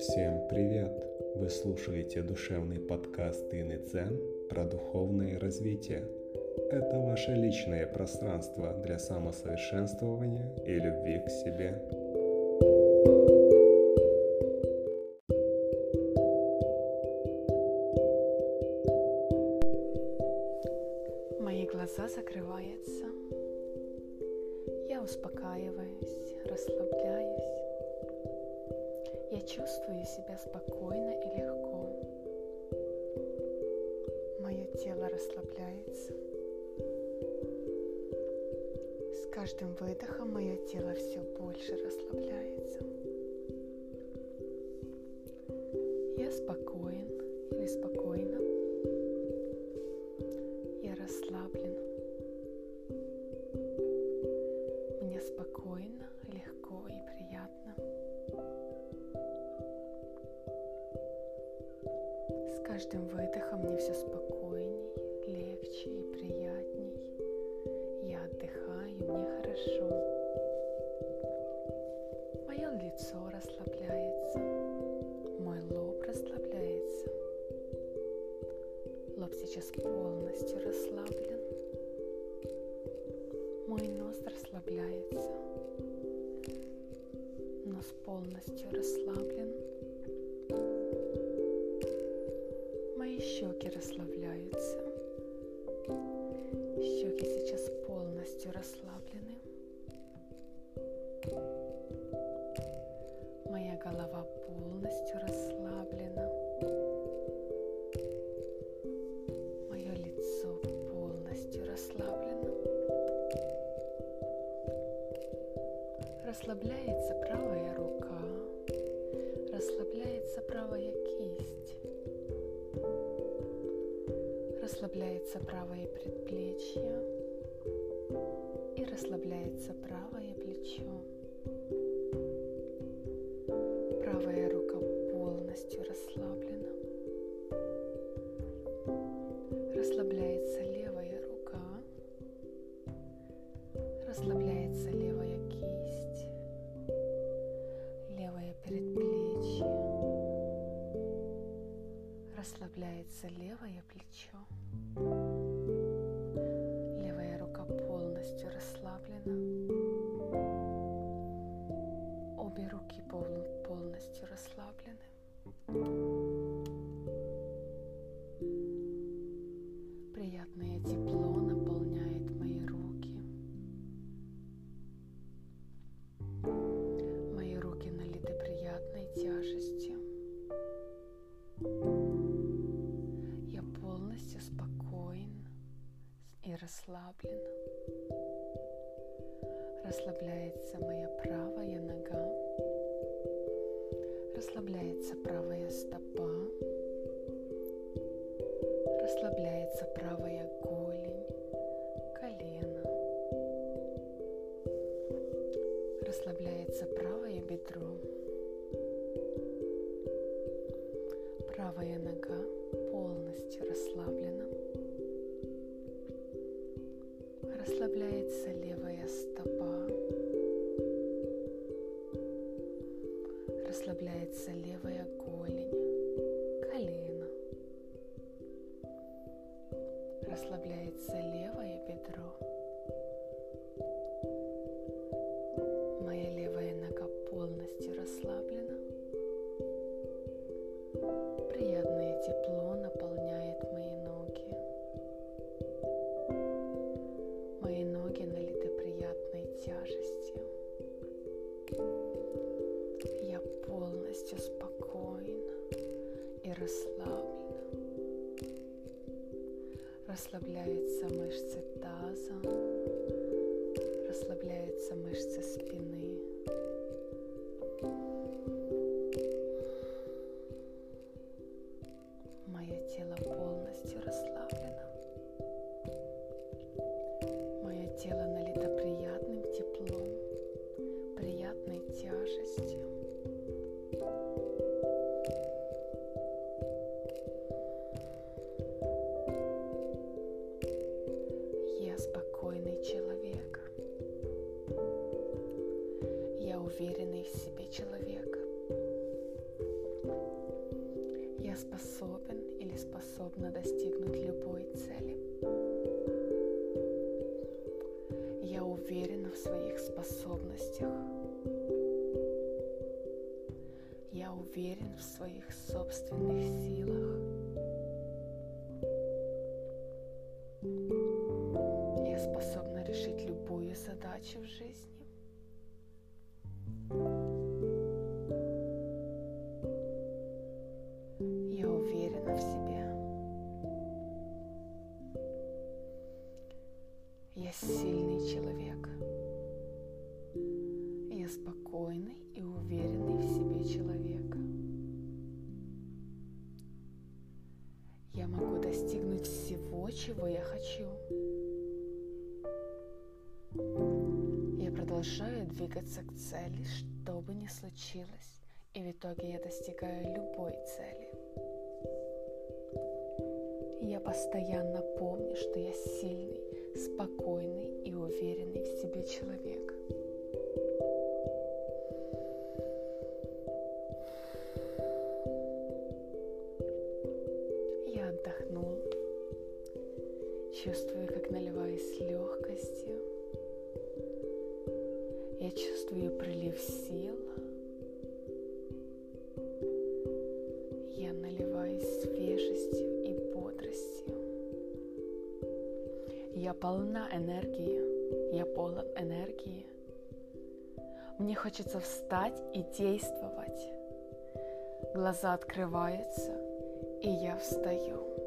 Всем привет! Вы слушаете душевный подкаст Инны Дзен про духовное развитие. Это ваше личное пространство для самосовершенствования и любви к себе. Мои глаза закрываются. Я успокаиваюсь, расслабляюсь. Я чувствую себя спокойно и легко. Мое тело расслабляется. С каждым выдохом мое тело все больше расслабляется. Я спокоен или спокойна. Я расслаблен. Мне спокойно, легко и приятно. С каждым выдохом мне все спокойней, легче и приятней. Я отдыхаю, мне хорошо. Мое лицо расслабляется. Мой лоб расслабляется. Лоб сейчас полностью расслаблен. Мой нос расслабляется. Нос полностью расслаблен. Мои щеки расслабляются. Щеки сейчас полностью расслаблены. Моя голова полностью расслаблена. Мое лицо полностью расслаблено. Расслабляется правая рука. Расслабляется правая кисть. Расслабляется правое предплечье и расслабляется правое плечо. Правая рука полностью расслаблена. Расслабляется левая рука. Расслабляется левая кисть, левое предплечье. Расслабляется левое плечо. Левая рука полностью расслаблена. Обе руки полностью расслаблены. Приятное тепло наполняет мои руки. Мои руки налиты приятной тяжестью. Я полностью спокоен и расслаблен. Расслабляется моя правая нога. Расслабляется правая стопа. Расслабляется правая голень, колено. Расслабляется правое бедро. Правая нога полностью расслаблена. Расслабляется левая стопа. Расслабляется левая голень, колено. Расслабляется левое бедро. Моя левая нога полностью расслаблена. Приятное тепло наполняет мои ноги. Мои ноги налиты приятной тяжестью. Я полностью спокоен и расслаблен. Расслабляются мышцы таза. Расслабляются мышцы спины. Мое тело полностью расслаблено. Мое тело налито приятным теплом, приятной тяжестью. Я спокойный человек. Я уверенный в себе человек. Я способен или способна достигнуть любой цели. Я уверена в своих способностях. Я уверен в своих собственных силах. Я способна решить любую задачу в жизни. Я уверена в себе. Я сильный человек. Я спокойный и уверенный в себе человек. Я могу достигнуть всего, чего я хочу. Я продолжаю двигаться к цели, что бы ни случилось, и в итоге я достигаю любой цели. Я постоянно помню, что я сильный, спокойный и уверенный в себе человек. Я отдохнул, чувствую, как наливаюсь легкостью. Я чувствую прилив сил. Я наливаюсь свежестью и бодростью. Я полна энергии. Я полон энергии. Мне хочется встать и действовать. Глаза открываются, и я встаю.